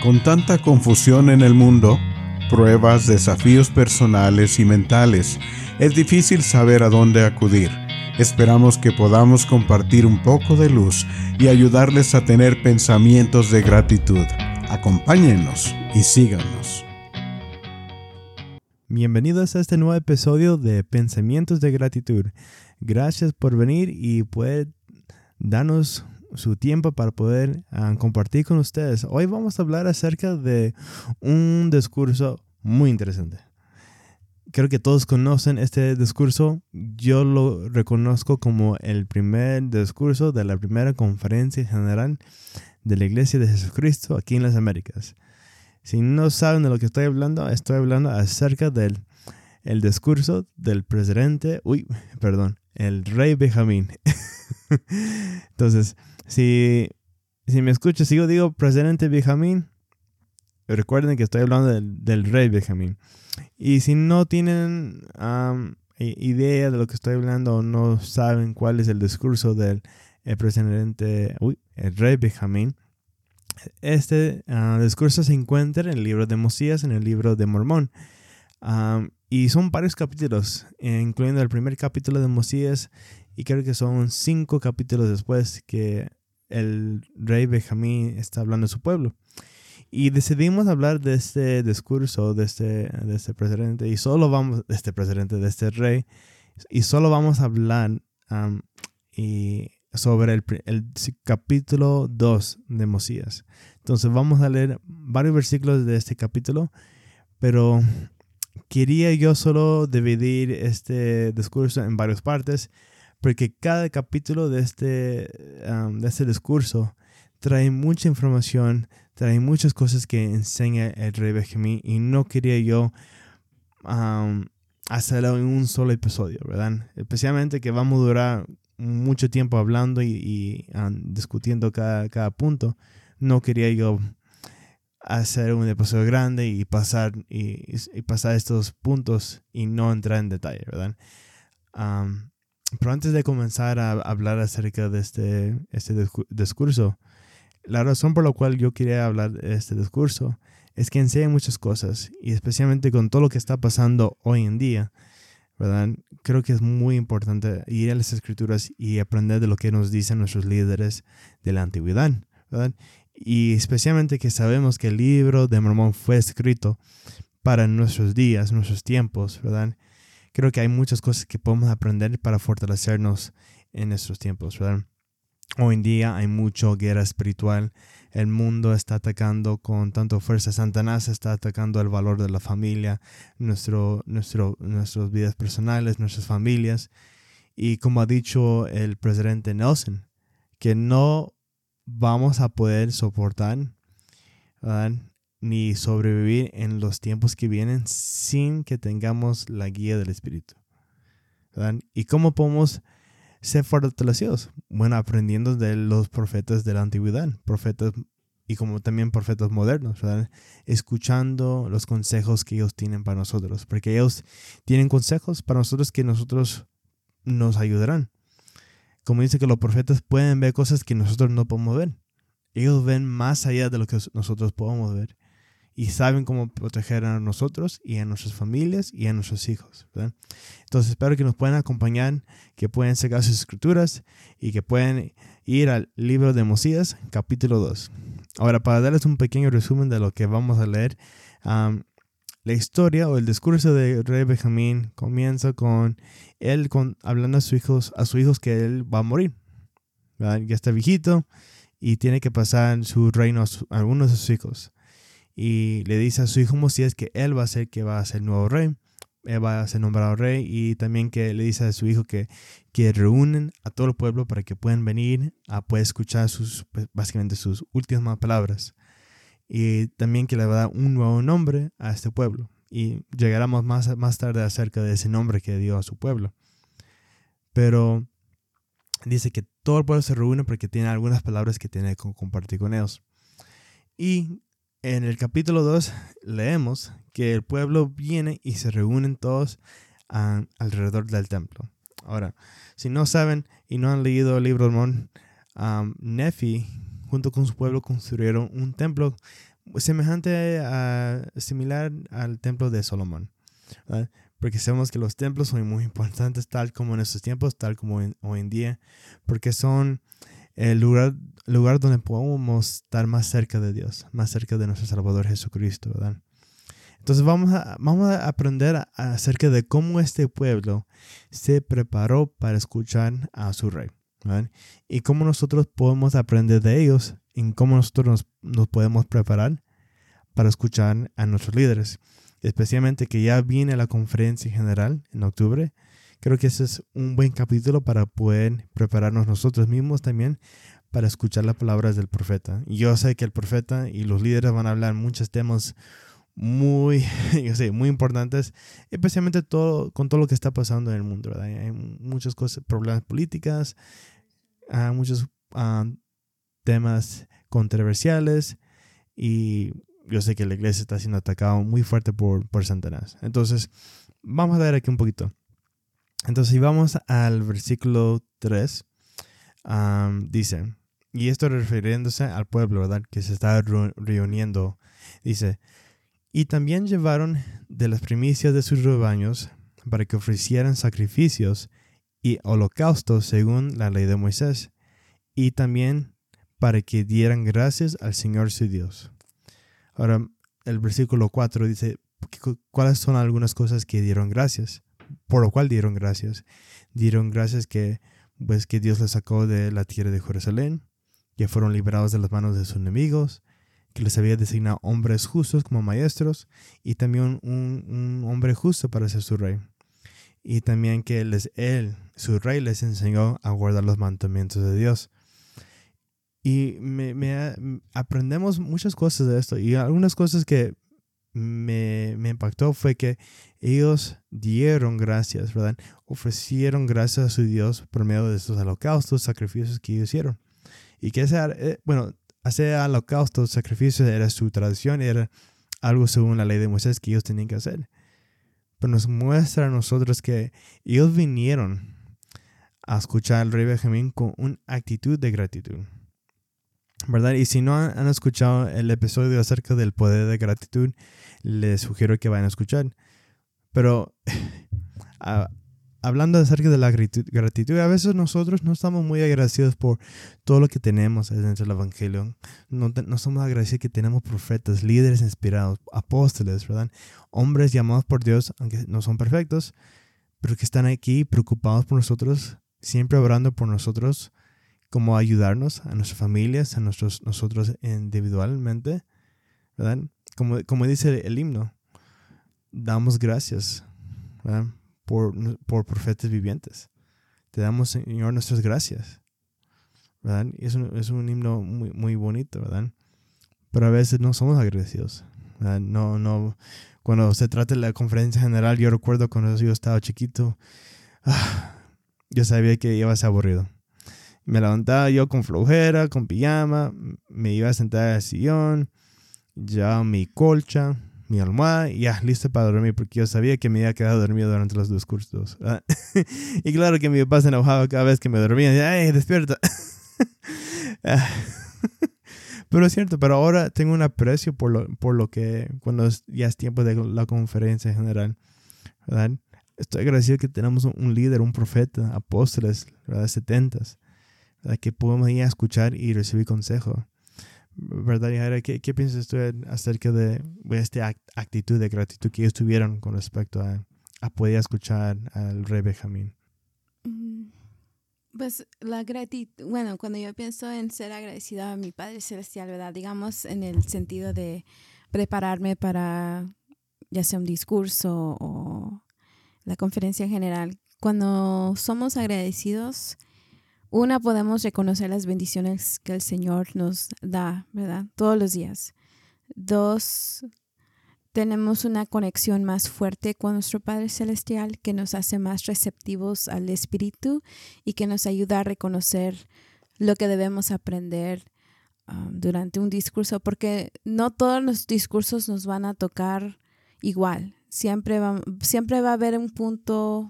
Con tanta confusión en el mundo, pruebas, desafíos personales y mentales, es difícil saber a dónde acudir. Esperamos que podamos compartir un poco de luz y ayudarles a tener pensamientos de gratitud. Acompáñennos y síganos. Bienvenidos a este nuevo episodio de Pensamientos de Gratitud. Gracias por venir y poder darnos su tiempo para poder compartir con ustedes. Hoy vamos a hablar acerca de un discurso muy interesante. Creo que todos conocen este discurso. Yo lo reconozco como el primer discurso de la primera conferencia general de la Iglesia de Jesucristo aquí en las Américas. Si no saben de lo que estoy hablando acerca del el discurso del presidente, el rey Benjamín. Entonces, si me escuchas, si yo digo presidente Benjamín, recuerden que estoy hablando del rey Benjamín. Y si no tienen idea de lo que estoy hablando o no saben cuál es el discurso del el rey Benjamín, este discurso se encuentra en el libro de Mosías, en el libro de Mormón. Y son varios capítulos, incluyendo el primer capítulo de Mosías, y creo que son 5 capítulos después que el rey Benjamín está hablando a su pueblo. Y decidimos hablar de este discurso, de este presidente, de este rey, y solo vamos a hablar sobre el capítulo 2 de Mosías. Entonces vamos a leer varios versículos de este capítulo, pero quería yo solo dividir este discurso en varias partes, porque cada capítulo de este discurso trae mucha información, trae muchas cosas que enseña el rey Benjamín, y no quería yo hacerlo en un solo episodio, ¿verdad? Especialmente que vamos a durar mucho tiempo hablando y discutiendo cada punto. No quería yo hacer un episodio grande y pasar estos puntos y no entrar en detalle, ¿verdad? Pero antes de comenzar a hablar acerca de este discurso, la razón por la cual yo quería hablar de este discurso es que enseña muchas cosas, y especialmente con todo lo que está pasando hoy en día, ¿verdad? Creo que es muy importante ir a las escrituras y aprender de lo que nos dicen nuestros líderes de la antigüedad, ¿verdad? Y especialmente que sabemos que el libro de Mormón fue escrito para nuestros días, nuestros tiempos, ¿verdad? Creo que hay muchas cosas que podemos aprender para fortalecernos en nuestros tiempos, ¿verdad? Hoy en día hay mucha guerra espiritual. El mundo está atacando con tanta fuerza. Satanás está atacando el valor de la familia, nuestras vidas personales, nuestras familias. Y como ha dicho el presidente Nelson, que no vamos a poder soportar, ¿verdad?, ni sobrevivir en los tiempos que vienen sin que tengamos la guía del Espíritu, ¿verdad? ¿Y cómo podemos ser fortalecidos? Bueno, aprendiendo de los profetas de la antigüedad, profetas y como también profetas modernos, ¿verdad? Escuchando los consejos que ellos tienen para nosotros, porque ellos tienen consejos para nosotros que nosotros nos ayudarán. Como dice que los profetas pueden ver cosas que nosotros no podemos ver. Ellos ven más allá de lo que nosotros podemos ver y saben cómo proteger a nosotros y a nuestras familias y a nuestros hijos, ¿verdad? Entonces espero que nos puedan acompañar, que puedan sacar sus escrituras y que puedan ir al libro de Mosías, capítulo 2. Ahora, para darles un pequeño resumen de lo que vamos a leer, la historia o el discurso del rey Benjamín comienza con él hablando a sus hijos que él va a morir, ¿verdad? Ya está viejito y tiene que pasar su reino a algunos de sus hijos. Y le dice a su hijo Mosías que él va a ser el nuevo rey. Él va a ser nombrado rey, y también que le dice a su hijo que reúnen a todo el pueblo para que puedan venir a poder escuchar básicamente sus últimas palabras. Y también que le va a dar un nuevo nombre a este pueblo. Y llegaremos más tarde acerca de ese nombre que dio a su pueblo. Pero dice que todo el pueblo se reúne porque tiene algunas palabras que tiene que compartir con ellos. Y en el capítulo 2 leemos que el pueblo viene y se reúnen todos alrededor del templo. Ahora, si no saben y no han leído el libro de Mormón, Nefi junto con su pueblo construyeron un templo similar al templo de Salomón, ¿verdad? Porque sabemos que los templos son muy importantes, tal como en estos tiempos, tal como hoy en día, porque son el lugar donde podemos estar más cerca de Dios, más cerca de nuestro Salvador Jesucristo, ¿verdad? Entonces vamos a aprender acerca de cómo este pueblo se preparó para escuchar a su rey, ¿verdad? Y cómo nosotros podemos aprender de ellos, y cómo nosotros nos podemos preparar para escuchar a nuestros líderes. Especialmente que ya viene la conferencia general en octubre. Creo que ese es un buen capítulo para poder prepararnos nosotros mismos también para escuchar las palabras del profeta. Y yo sé que el profeta y los líderes van a hablar muchos temas muy importantes, especialmente con todo lo que está pasando en el mundo, ¿verdad? Hay muchas cosas, problemas políticos, muchos temas controversiales, y yo sé que la iglesia está siendo atacada muy fuerte por Satanás. Entonces, vamos a ver aquí un poquito. Entonces, si vamos al versículo 3, dice, y esto refiriéndose al pueblo, ¿verdad?, que se está reuniendo, dice, y también llevaron de las primicias de sus rebaños para que ofrecieran sacrificios y holocaustos según la ley de Moisés, y también para que dieran gracias al Señor su Dios. Ahora, el versículo 4 dice, ¿cuáles son algunas cosas que dieron gracias? Por lo cual dieron gracias. Dieron gracias que Dios les sacó de la tierra de Jerusalén, que fueron liberados de las manos de sus enemigos, que les había designado hombres justos como maestros, y también un hombre justo para ser su rey. Y también que su rey, les enseñó a guardar los mandamientos de Dios. Y aprendemos muchas cosas de esto. Y algunas cosas que me impactó fue que ellos dieron gracias, ¿verdad? Ofrecieron gracias a su Dios por medio de esos holocaustos, sacrificios que ellos hicieron. Y que hacer holocaustos, sacrificios, era su tradición, era algo según la ley de Moisés que ellos tenían que hacer. Pero nos muestra a nosotros que ellos vinieron a escuchar al rey Benjamín con una actitud de gratitud, ¿verdad? Y si no han escuchado el episodio acerca del poder de gratitud, les sugiero que vayan a escuchar. Pero hablando acerca de la gratitud, a veces nosotros no estamos muy agradecidos por todo lo que tenemos dentro del Evangelio. No somos agradecidos que tenemos profetas, líderes inspirados, apóstoles, ¿verdad? Hombres llamados por Dios, aunque no son perfectos, pero que están aquí preocupados por nosotros, siempre orando por nosotros, como ayudarnos a nuestras familias, a nosotros individualmente, ¿verdad? Como dice el himno, damos gracias, ¿verdad?, por profetas vivientes. Te damos, Señor, nuestras gracias, ¿verdad? Y es un himno muy, muy bonito, ¿verdad? Pero a veces no somos agradecidos, ¿verdad? No. Cuando se trata de la conferencia general, yo recuerdo cuando yo estaba chiquito, yo sabía que iba a ser aburrido. Me levantaba yo con flojera, con pijama, me iba a sentar al sillón, ya mi colcha, mi almohada, y ya listo para dormir, porque yo sabía que me había quedado dormido durante los discursos. Y claro que mi papá se enojaba cada vez que me dormía. ¡Ay, despierta! Pero es cierto, pero ahora tengo un aprecio por lo que, cuando ya es tiempo de la conferencia general, ¿verdad? Estoy agradecido que tenemos un líder, un profeta, apóstoles, ¿verdad?, 70s, ¿verdad?, que podemos ir a escuchar y recibir consejo, ¿verdad? Y ahora, ¿qué piensas tú acerca de esta actitud de gratitud que ellos tuvieron con respecto a poder escuchar al rey Benjamín? Pues la gratitud, cuando yo pienso en ser agradecida a mi Padre Celestial, ¿verdad? Digamos en el sentido de prepararme para ya sea un discurso o la conferencia general. Cuando somos agradecidos, podemos reconocer las bendiciones que el Señor nos da, ¿verdad?, todos los días. 2, tenemos una conexión más fuerte con nuestro Padre Celestial que nos hace más receptivos al Espíritu y que nos ayuda a reconocer lo que debemos aprender durante un discurso, porque no todos los discursos nos van a tocar igual. Siempre va a haber un punto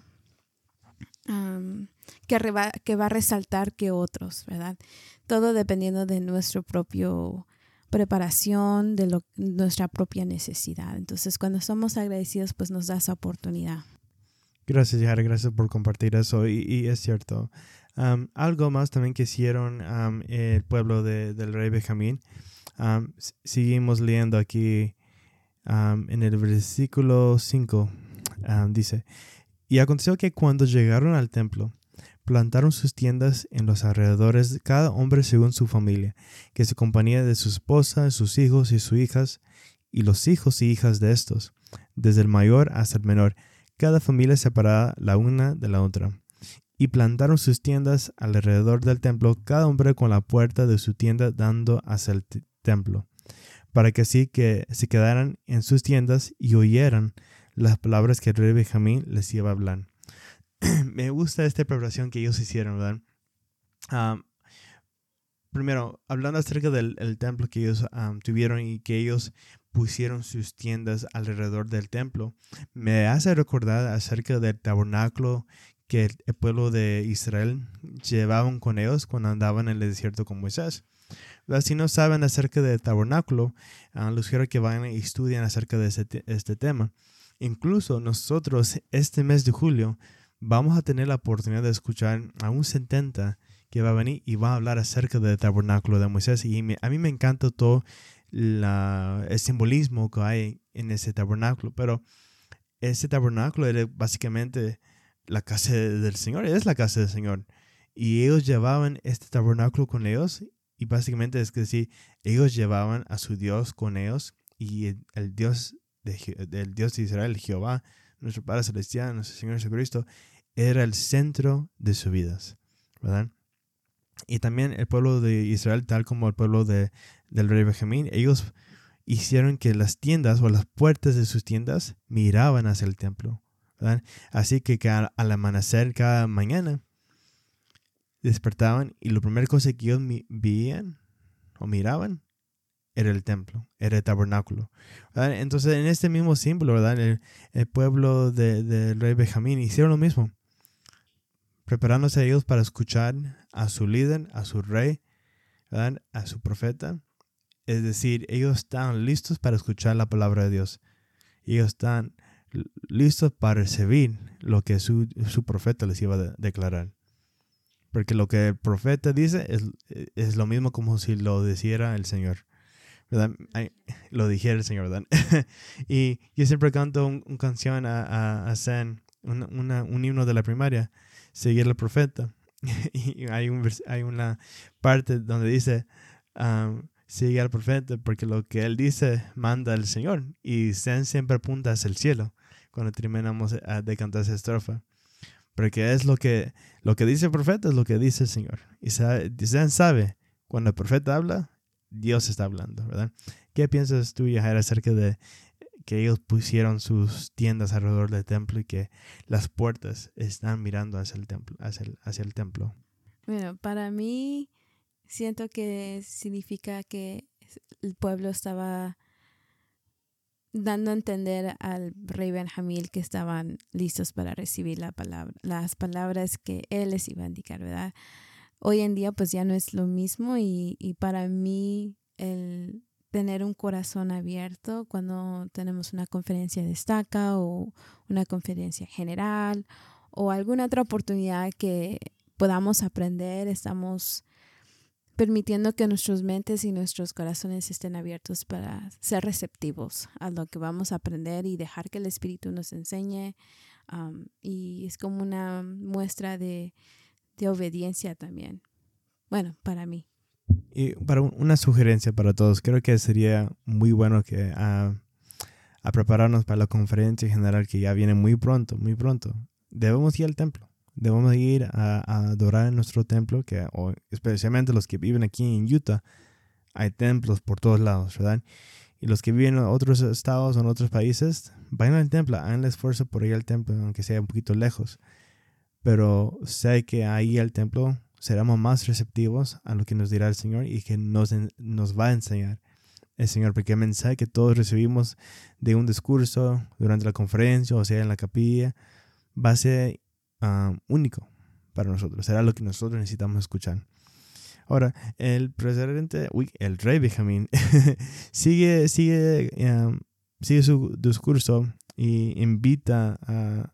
que va a resaltar que otros, ¿verdad? Todo dependiendo de nuestro propio preparación de nuestra propia necesidad. Entonces, cuando somos agradecidos, pues nos da esa oportunidad. Gracias, Yara, gracias por compartir eso. Y es cierto. Algo más también que hicieron el pueblo del rey Benjamín. Seguimos leyendo aquí en el versículo 5. Dice, y aconteció que cuando llegaron al templo, plantaron sus tiendas en los alrededores, cada hombre según su familia, que se compañía de su esposa, sus hijos y sus hijas, y los hijos y hijas de estos, desde el mayor hasta el menor, cada familia separada la una de la otra. Y plantaron sus tiendas alrededor del templo, cada hombre con la puerta de su tienda dando hacia el templo, para que así que se quedaran en sus tiendas y oyeran las palabras que el rey Benjamín les iba a hablar. Me gusta esta preparación que ellos hicieron, ¿verdad? Primero, hablando acerca del templo que ellos tuvieron y que ellos pusieron sus tiendas alrededor del templo, me hace recordar acerca del tabernáculo que el pueblo de Israel llevaban con ellos cuando andaban en el desierto con Moisés. Si no saben acerca del tabernáculo, los quiero que vayan y estudien acerca de este tema. Incluso nosotros este mes de julio vamos a tener la oportunidad de escuchar a un 70 que va a venir y va a hablar acerca del tabernáculo de Moisés. Y a mí me encanta todo el simbolismo que hay en ese tabernáculo. Pero ese tabernáculo era básicamente la casa del Señor. Es la casa del Señor. Y ellos llevaban este tabernáculo con ellos. Y básicamente es que sí, ellos llevaban a su Dios con ellos. Y el Dios del Dios de Israel, Jehová, nuestro Padre Celestial, nuestro Señor Jesucristo, era el centro de sus vidas, ¿verdad? Y también el pueblo de Israel, tal como el pueblo del rey Benjamín, ellos hicieron que las tiendas o las puertas de sus tiendas miraban hacia el templo, ¿verdad? Así que al amanecer cada mañana despertaban y la primera cosa que ellos veían o miraban era el templo, era el tabernáculo, ¿verdad? Entonces, en este mismo símbolo, ¿verdad? El pueblo del rey Benjamín hicieron lo mismo, preparándose a ellos para escuchar a su líder, a su rey, ¿verdad? A su profeta. Es decir, ellos estaban listos para escuchar la palabra de Dios. Ellos están listos para recibir lo que su profeta les iba a declarar. Porque lo que el profeta dice es lo mismo como si lo dijera el Señor, ¿verdad? Lo dijera el Señor, ¿verdad? Y yo siempre canto una canción a Zen, un himno de la primaria, seguir al profeta. Y hay una parte donde dice, sigue al profeta porque lo que él dice manda el Señor. Y Zen siempre apunta hacia el cielo cuando terminamos de cantar esa estrofa. Porque es lo que dice el profeta, es lo que dice el Señor. Y Zen sabe, cuando el profeta habla, Dios está hablando, ¿verdad? ¿Qué piensas tú, Yajaira, acerca de que ellos pusieron sus tiendas alrededor del templo y que las puertas están mirando hacia el templo, hacia el templo? Bueno, para mí siento que significa que el pueblo estaba dando a entender al rey Benjamín que estaban listos para recibir las palabras que él les iba a indicar, ¿verdad? Hoy en día pues ya no es lo mismo y para mí el tener un corazón abierto cuando tenemos una conferencia de destaca o una conferencia general o alguna otra oportunidad que podamos aprender, estamos permitiendo que nuestras mentes y nuestros corazones estén abiertos para ser receptivos a lo que vamos a aprender y dejar que el Espíritu nos enseñe. Y es como una muestra de obediencia también. Bueno, para mí. Y para una sugerencia para todos, creo que sería muy bueno que a prepararnos para la conferencia general que ya viene muy pronto. Debemos ir al templo. Debemos ir a adorar en nuestro templo, o especialmente los que viven aquí en Utah, hay templos por todos lados, ¿verdad? Y los que viven en otros estados o en otros países, vayan al templo, hagan el esfuerzo por ir al templo, aunque sea un poquito lejos. Pero sé que ahí al templo seremos más receptivos a lo que nos dirá el Señor y que nos va a enseñar el Señor, porque el mensaje que todos recibimos de un discurso durante la conferencia, o sea, en la capilla, va a ser único para nosotros. Será lo que nosotros necesitamos escuchar. Ahora, el rey Benjamín, sigue su discurso y invita a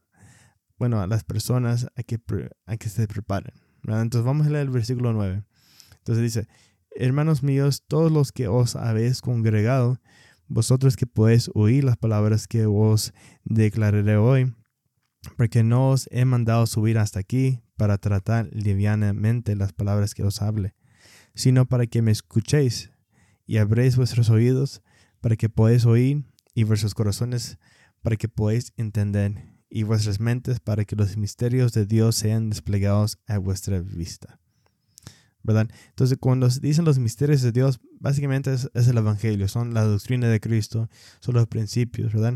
las personas a que se preparen, ¿verdad? Entonces vamos a leer el versículo 9. Entonces dice: hermanos míos, todos los que os habéis congregado, vosotros que podéis oír las palabras que os declararé hoy, porque no os he mandado subir hasta aquí para tratar livianamente las palabras que os hable, sino para que me escuchéis y abréis vuestros oídos para que podáis oír, y vuestros corazones para que podáis entender, y vuestras mentes para que los misterios de Dios sean desplegados a vuestra vista. ¿Verdad? Entonces, cuando dicen los misterios de Dios, básicamente es el evangelio, son la doctrina de Cristo, son los principios, ¿verdad?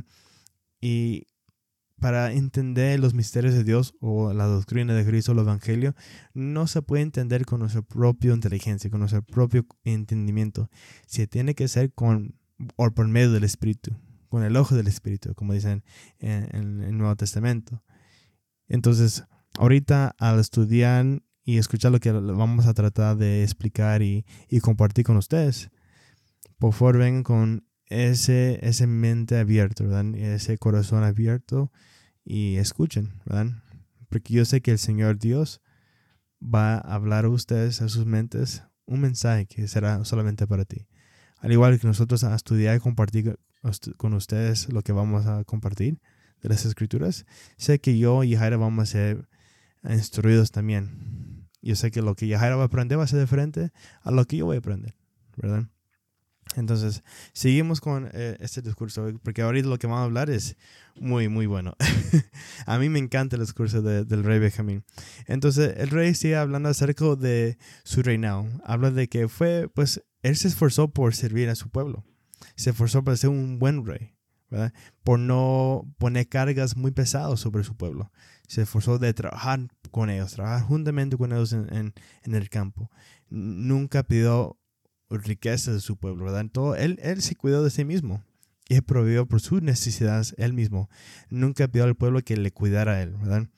Y para entender los misterios de Dios o la doctrina de Cristo, el evangelio, no se puede entender con nuestra propia inteligencia, con nuestro propio entendimiento. Se tiene que ser por medio del Espíritu, con el ojo del Espíritu, como dicen en el Nuevo Testamento. Entonces, ahorita al estudiar y escuchar lo que vamos a tratar de explicar y compartir con ustedes, por favor vengan con ese mente abierto, ¿verdad? Ese corazón abierto, y escuchen, ¿verdad? Porque yo sé que el Señor Dios va a hablar a ustedes, a sus mentes, un mensaje que será solamente para ti. Al igual que nosotros a estudiar y compartir con ustedes lo que vamos a compartir de las Escrituras, sé que yo y Jaira vamos a ser instruidos también. Yo sé que lo que Jaira va a aprender va a ser diferente a lo que yo voy a aprender, ¿verdad? Entonces, seguimos con este discurso, porque ahorita lo que vamos a hablar es muy, muy bueno. A mí me encanta el discurso del rey Benjamín. Entonces, el rey sigue hablando acerca de su reinado. Habla de que él se esforzó por servir a su pueblo. Se esforzó por ser un buen rey, ¿verdad? Por no poner cargas muy pesadas sobre su pueblo. Se esforzó de trabajar con ellos, trabajar juntamente con ellos en el campo. Nunca pidió riqueza de su pueblo, ¿verdad? Él se cuidó de sí mismo y proveyó por sus necesidades él mismo. Nunca pidió al pueblo que le cuidara a él, ¿verdad?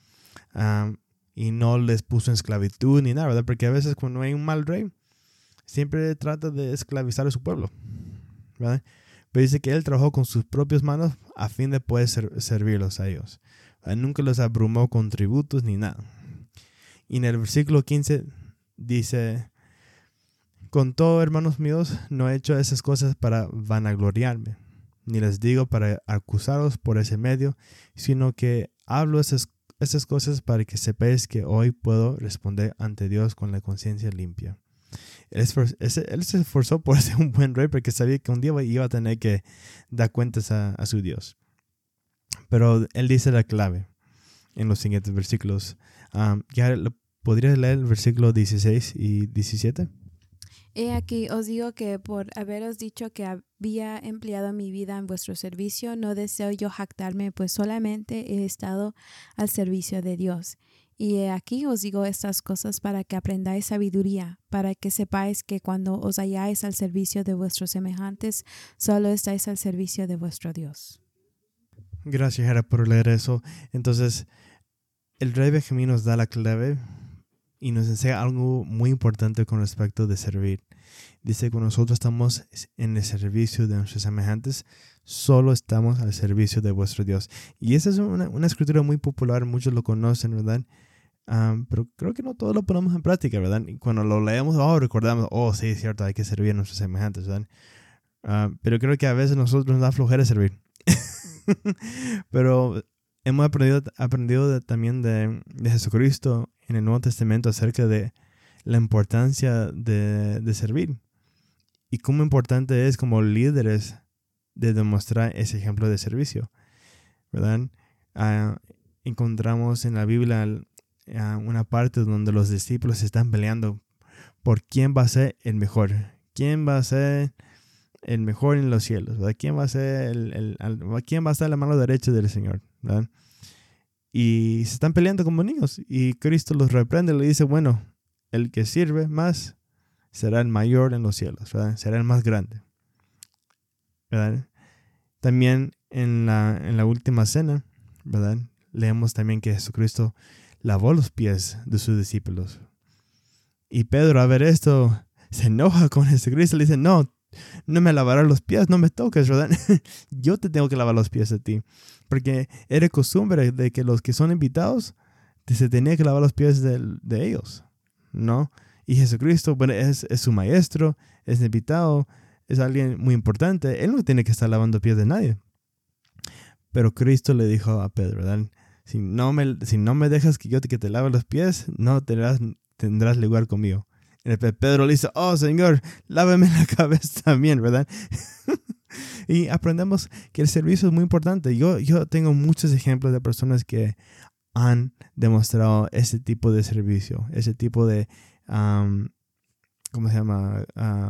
Y no les puso en esclavitud ni nada, ¿verdad? Porque a veces cuando hay un mal rey, siempre trata de esclavizar a su pueblo, ¿verdad? Pero dice que él trabajó con sus propias manos a fin de poder servirlos a ellos. Nunca los abrumó con tributos ni nada. Y en el versículo 15 dice: con todo, hermanos míos, no he hecho esas cosas para vanagloriarme, ni les digo para acusaros por ese medio, sino que hablo esas cosas para que sepáis que hoy puedo responder ante Dios con la conciencia limpia. Él se esforzó por ser un buen rey porque sabía que un día iba a tener que dar cuentas a su Dios. Pero él dice la clave en los siguientes versículos. ¿Podrías leer el versículo 16 y 17? He aquí os digo que por haberos dicho que había empleado mi vida en vuestro servicio, no deseo yo jactarme, pues solamente he estado al servicio de Dios. Y he aquí os digo estas cosas para que aprendáis sabiduría, para que sepáis que cuando os halláis al servicio de vuestros semejantes, solo estáis al servicio de vuestro Dios. Gracias, Jara, por leer eso. Entonces, el rey Benjamín nos da la clave y nos enseña algo muy importante con respecto de servir. Dice que cuando nosotros estamos en el servicio de nuestros semejantes, solo estamos al servicio de vuestro Dios. Y esa es una escritura muy popular, muchos lo conocen, ¿verdad? Pero creo que no todos lo ponemos en práctica, ¿verdad? Y cuando lo leemos, recordamos, sí, es cierto, hay que servir a nuestros semejantes, ¿verdad? Pero creo que a veces nosotros nos da flojera servir. Pero hemos aprendido también de Jesucristo en el Nuevo Testamento acerca de la importancia de servir y cómo importante es como líderes de demostrar ese ejemplo de servicio, ¿verdad? Encontramos en la Biblia una parte donde los discípulos están peleando por quién va a ser el mejor, quién va a ser el mejor en los cielos, ¿verdad? ¿Quién va a ser quién va a estar a la mano derecha del Señor, ¿verdad? Y se están peleando como niños y Cristo los reprende y le dice, bueno, el que sirve más será el mayor en los cielos, ¿verdad? Será el más grande, ¿verdad? También en la última cena, ¿verdad? Leemos también que Jesucristo lavó los pies de sus discípulos. Y Pedro, a ver esto, se enoja con Jesucristo. Le dice, no me lavarás los pies, no me toques, ¿verdad? Yo te tengo que lavar los pies a ti. Porque era costumbre de que los que son invitados, se tenía que lavar los pies de ellos, ¿no? Y Jesucristo, bueno, es su maestro, es invitado, es alguien muy importante. Él no tiene que estar lavando pies de nadie. Pero Cristo le dijo a Pedro, ¿verdad? Si no me dejas que yo te lave los pies, no tendrás lugar conmigo. Y Pedro le dice, oh Señor, lávame la cabeza también, ¿verdad? Y aprendemos que el servicio es muy importante. Yo tengo muchos ejemplos de personas que han demostrado ese tipo de servicio, ese tipo de, ¿cómo se llama?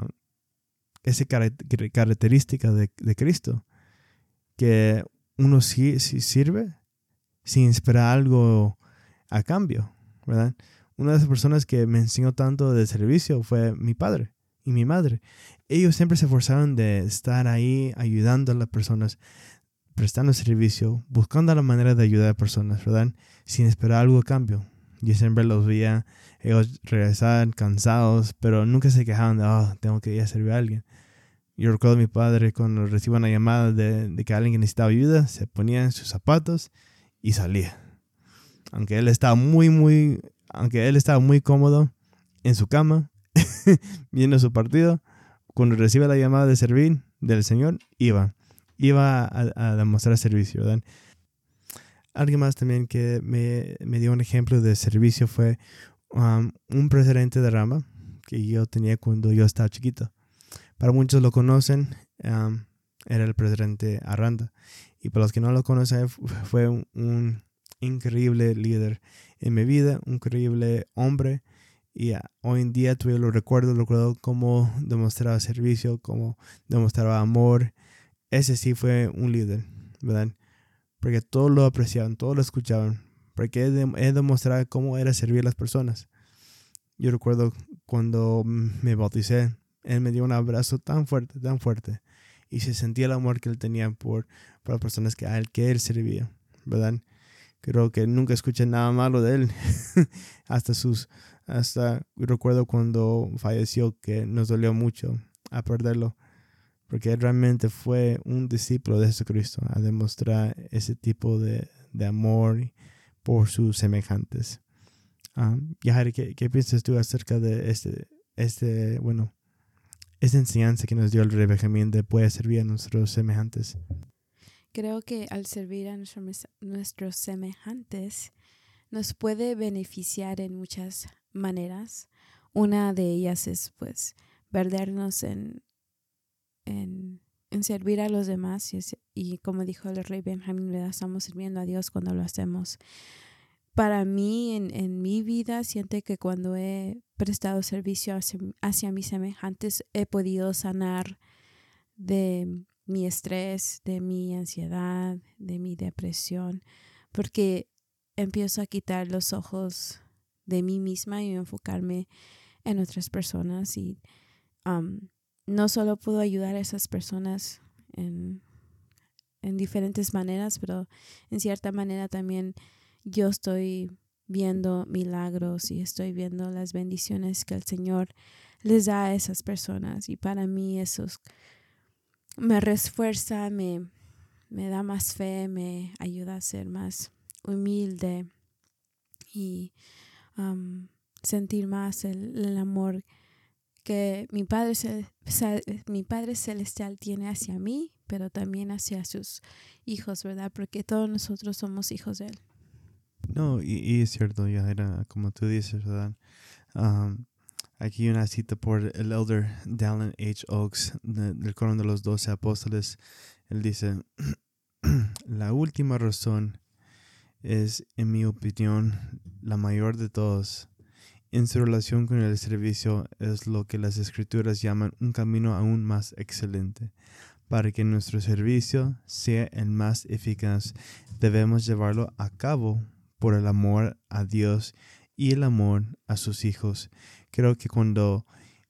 Esa característica de Cristo, que uno sí sirve sin esperar algo a cambio, ¿verdad? Una de las personas que me enseñó tanto de servicio fue mi padre y mi madre. Ellos siempre se esforzaron de estar ahí ayudando a las personas, prestando servicio, buscando la manera de ayudar a personas, ¿verdad? Sin esperar algo a cambio. Yo siempre los veía, ellos regresaban cansados, pero nunca se quejaban de, tengo que ir a servir a alguien. Yo recuerdo a mi padre cuando recibió una llamada de que alguien necesitaba ayuda, se ponía en sus zapatos y salía. Aunque él estaba muy cómodo en su cama, viendo su partido, cuando recibe la llamada de servir del Señor, iba a demostrar servicio, ¿verdad? Alguien más también que me dio un ejemplo de servicio fue un presidente de rama que yo tenía cuando yo estaba chiquito. Para muchos lo conocen, era el presidente Aranda. Y para los que no lo conocen, fue un increíble líder en mi vida, un increíble hombre. Y hoy en día todavía lo recuerdo cómo demostraba servicio, cómo demostraba amor. Ese sí fue un líder, ¿verdad? Porque todos lo apreciaban, todos lo escuchaban. Porque él demostraba cómo era servir a las personas. Yo recuerdo cuando me bauticé, él me dio un abrazo tan fuerte. Y se sentía el amor que él tenía por las personas que él servía, ¿verdad? Creo que nunca escuché nada malo de él. Hasta recuerdo cuando falleció, que nos dolió mucho a perderlo. Porque él realmente fue un discípulo de Jesucristo a demostrar ese tipo de amor por sus semejantes. Yahari, ¿qué piensas tú acerca de esta enseñanza que nos dio el Rey Benjamín de poder servir a nuestros semejantes? Creo que al servir a nuestros semejantes nos puede beneficiar en muchas maneras. Una de ellas es pues perdernos en servir a los demás y como dijo el Rey Benjamín, ¿verdad? Estamos sirviendo a Dios cuando lo hacemos. Para mí, en mi vida, siento que cuando he prestado servicio hacia mis semejantes, he podido sanar de mi estrés, de mi ansiedad, de mi depresión, porque empiezo a quitar los ojos de mí misma y enfocarme en otras personas. Y no solo puedo ayudar a esas personas en diferentes maneras, pero en cierta manera también yo estoy viendo milagros y estoy viendo las bendiciones que el Señor les da a esas personas. Y para mí eso me refuerza, me da más fe, me ayuda a ser más humilde y sentir más el amor que mi Padre Celestial tiene hacia mí, pero también hacia sus hijos, ¿verdad? Porque todos nosotros somos hijos de Él. No, y es cierto, ya era como tú dices, ¿verdad? Aquí una cita por el elder Dallin H. Oaks del Coro de los 12 Apóstoles. Él dice, la última razón es, en mi opinión, la mayor de todas. En su relación con el servicio es lo que las Escrituras llaman un camino aún más excelente. Para que nuestro servicio sea el más eficaz, debemos llevarlo a cabo por el amor a Dios y el amor a sus hijos. Creo que cuando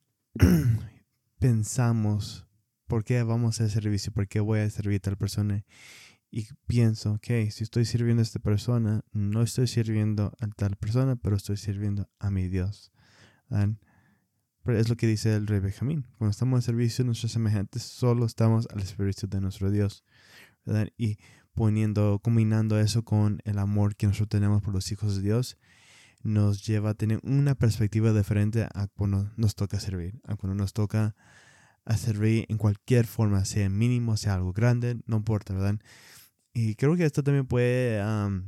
pensamos, ¿por qué vamos a hacer servicio? ¿Por qué voy a servir a tal persona? Y pienso, ok, si estoy sirviendo a esta persona, no estoy sirviendo a tal persona, pero estoy sirviendo a mi Dios. ¿verdad? Pero es lo que dice el rey Benjamín. Cuando estamos al servicio de nuestros semejantes, solo estamos al servicio de nuestro Dios, ¿verdad? Y combinando eso con el amor que nosotros tenemos por los hijos de Dios, nos lleva a tener una perspectiva diferente a cuando nos toca servir, a cuando nos toca a servir en cualquier forma, sea mínimo, sea algo grande, no importa, ¿verdad? Y creo que esto también puede,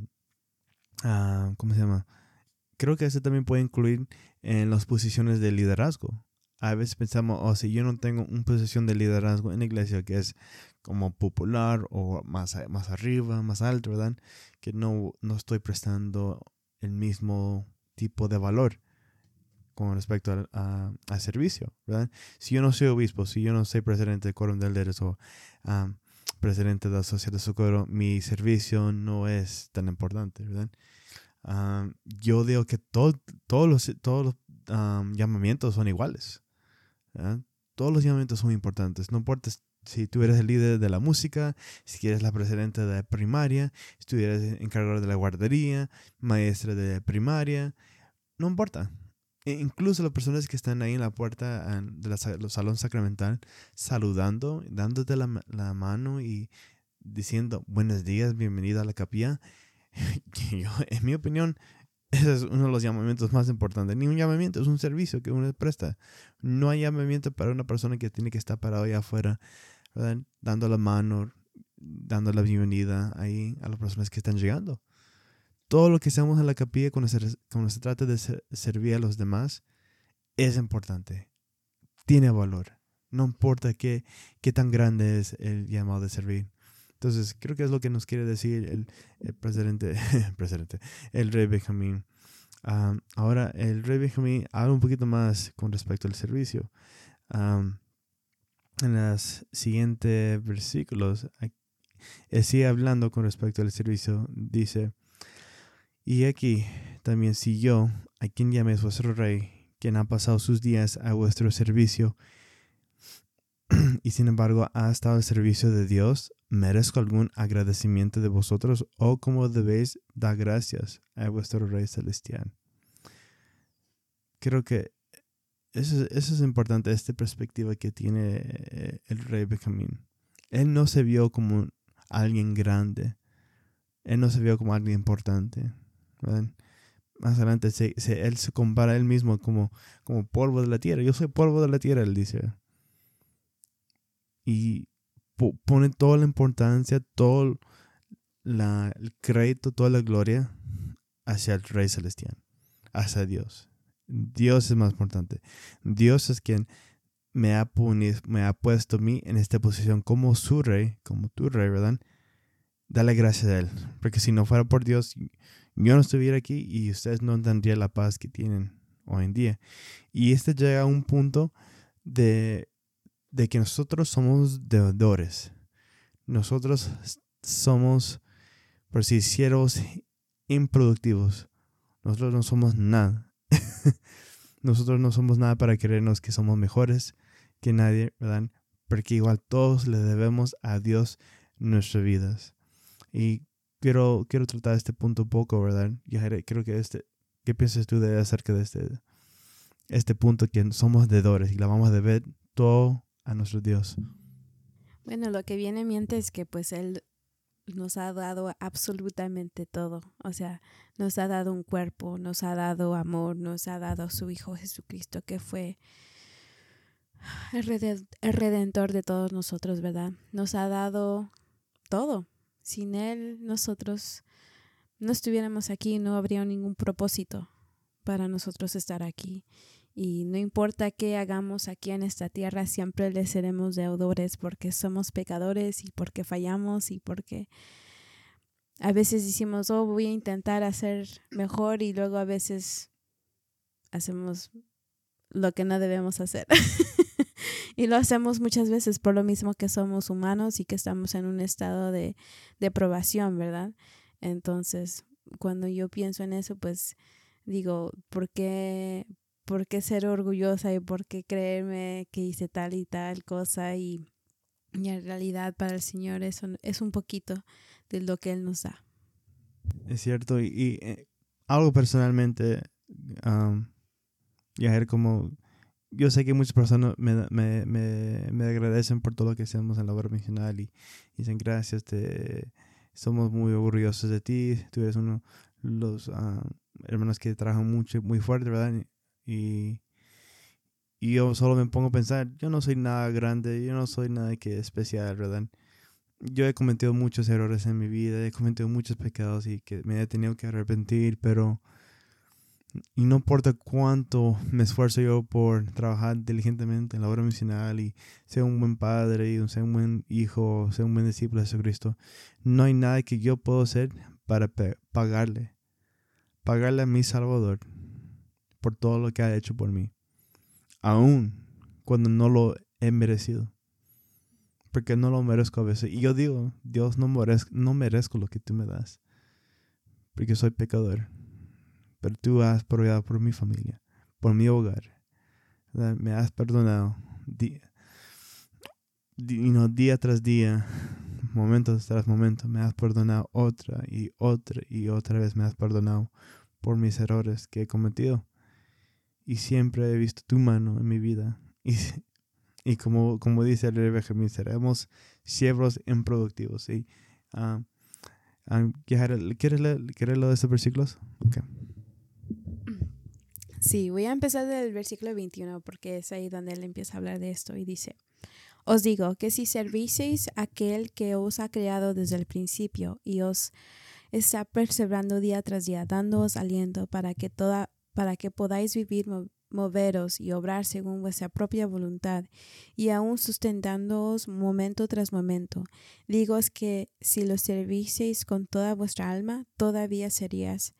¿cómo se llama? Creo que esto también puede incluir en las posiciones de liderazgo. A veces pensamos, si yo no tengo una posición de liderazgo en la iglesia que es como popular o más arriba, más alto, ¿verdad? Que no estoy prestando el mismo tipo de valor con respecto al servicio, ¿verdad? Si yo no soy obispo, si yo no soy presidente del quórum de líderes o presidente de la sociedad de socorro, mi servicio no es tan importante, ¿verdad? Yo digo que todos los llamamientos son iguales, ¿verdad? Todos los llamamientos son importantes. No importa si tú eres el líder de la música, si eres la presidenta de primaria, si tú eres encargado de la guardería, maestra de primaria, no importa. Incluso las personas que están ahí en la puerta del salón sacramental saludando, dándote la mano y diciendo buenos días, bienvenida a la capilla. En mi opinión, ese es uno de los llamamientos más importantes. Ni un llamamiento, es un servicio que uno presta. No hay llamamiento para una persona que tiene que estar parado allá afuera, ¿verdad? Dando la mano, dando la bienvenida ahí a las personas que están llegando. Todo lo que hacemos en la capilla cuando se trata de servir a los demás es importante. Tiene valor. No importa qué tan grande es el llamado de servir. Entonces, creo que es lo que nos quiere decir el presidente, el rey Benjamín. Ahora, el rey Benjamín habla un poquito más con respecto al servicio. En los siguientes versículos, él sigue hablando con respecto al servicio. Dice, y aquí también si yo, a quien llaméis vuestro rey, quien ha pasado sus días a vuestro servicio, y sin embargo ha estado al servicio de Dios, ¿merezco algún agradecimiento de vosotros o como debéis dar gracias a vuestro Rey Celestial? Creo que eso es importante, esta perspectiva que tiene el Rey Benjamín. Él no se vio como alguien grande. Él no se vio como alguien importante, ¿verdad? Más adelante él se compara a él mismo como polvo de la tierra. Yo soy polvo de la tierra, él dice. Y pone toda la importancia, todo el crédito, toda la gloria hacia el Rey Celestial, hacia Dios. Dios es más importante. Dios es quien me ha puesto a mí en esta posición como su rey, como tu rey, ¿verdad? Dale gracias a Él. Porque si no fuera por Dios, yo no estuviera aquí y ustedes no tendrían la paz que tienen hoy en día. Y llega a un punto de que nosotros somos deudores. Nosotros somos, por si siervos improductivos. Nosotros no somos nada. Nosotros no somos nada para creernos que somos mejores que nadie, ¿verdad? Porque igual todos le debemos a Dios nuestras vidas. Y quiero tratar este punto un poco, ¿verdad? Creo que ¿qué piensas tú acerca de este punto que somos deudores y la vamos a deber todo a nuestro Dios? Bueno, lo que viene a mi mente es que pues Él nos ha dado absolutamente todo. O sea, nos ha dado un cuerpo, nos ha dado amor, nos ha dado a su Hijo Jesucristo, que fue el redentor de todos nosotros, ¿verdad? Nos ha dado todo. Sin Él, nosotros no estuviéramos aquí, no habría ningún propósito para nosotros estar aquí. Y no importa qué hagamos aquí en esta tierra, siempre le seremos deudores porque somos pecadores y porque fallamos y porque a veces decimos, voy a intentar hacer mejor y luego a veces hacemos lo que no debemos hacer. Y lo hacemos muchas veces por lo mismo que somos humanos y que estamos en un estado de probación, ¿verdad? Entonces, cuando yo pienso en eso, pues digo, ¿por qué ser orgullosa y por qué creerme que hice tal y tal cosa? Y en realidad para el Señor eso es un poquito de lo que Él nos da. Es cierto, y algo personalmente, Y a ver cómo... Yo sé que muchas personas me agradecen por todo lo que hacemos en la obra misional y dicen gracias, somos muy orgullosos de ti, tú eres uno de los hermanos que trabajan mucho, muy fuerte, ¿verdad? Y yo solo me pongo a pensar, yo no soy nada grande, yo no soy nada que especial, ¿verdad? Yo he cometido muchos errores en mi vida, he cometido muchos pecados y que me he tenido que arrepentir, pero... Y no importa cuánto me esfuerzo yo por trabajar diligentemente en la obra misional y ser un buen padre y ser un buen hijo, ser un buen discípulo de Jesucristo, no hay nada que yo pueda hacer para pagarle a mi Salvador por todo lo que ha hecho por mí, aun cuando no lo he merecido, porque no lo merezco a veces. Y yo digo, Dios, no merezco lo que tú me das, porque soy pecador. Pero tú has proveído por mi familia, por mi hogar. ¿Verdad? Me has perdonado día tras día, momento tras momento. Me has perdonado otra y otra vez. Me has perdonado por mis errores que he cometido. Y siempre he visto tu mano en mi vida. Y como dice el rey Benjamín, seremos siervos improductivos. ¿Sí? ¿Quieres leer de estos versículos? Okay. Sí, voy a empezar del versículo 21 porque es ahí donde él empieza a hablar de esto y dice: Os digo que si serviseis a aquel que os ha creado desde el principio y os está perseverando día tras día, dándoos aliento para que podáis vivir, moveros y obrar según vuestra propia voluntad, y aún sustentándoos momento tras momento, digoos que si lo serviseis con toda vuestra alma, todavía seríais